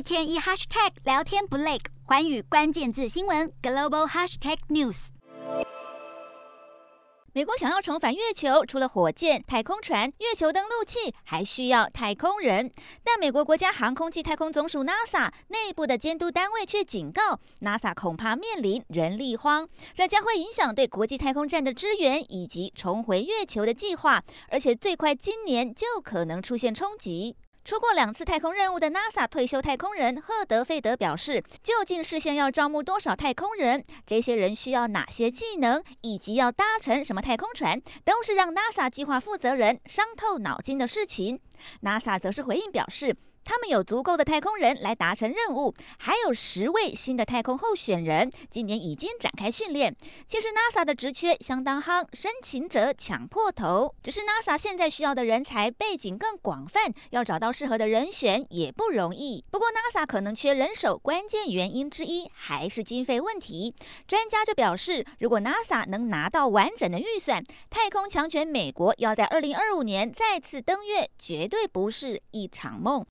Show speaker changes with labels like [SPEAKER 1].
[SPEAKER 1] 天一 hashtag 聊天不累，寰宇关键字新闻 global hashtag news。
[SPEAKER 2] 美国想要重返月球，除了火箭、太空船、月球登陆器，还需要太空人。但美国国家航空暨太空总署 NASA 内部的监督单位却警告 ，NASA 恐怕面临人力荒，这将会影响对国际太空站的支援以及重回月球的计划，而且最快今年就可能出现冲击。出过2次太空任务的 NASA 退休太空人赫德菲德表示，究竟事先要招募多少太空人，这些人需要哪些技能，以及要搭乘什么太空船，都是让 NASA 计划负责人伤透脑筋的事情。NASA 则是回应表示，他们有足够的太空人来达成任务，还有10位新的太空候选人，今年已经展开训练。其实 NASA 的职缺相当夯，申请者抢破头。只是 NASA 现在需要的人才背景更广泛，要找到适合的人选也不容易。不过 NASA 可能缺人手，关键原因之一还是经费问题。专家就表示，如果 NASA 能拿到完整的预算，太空强权美国要在2025年再次登月，绝对不是一场梦。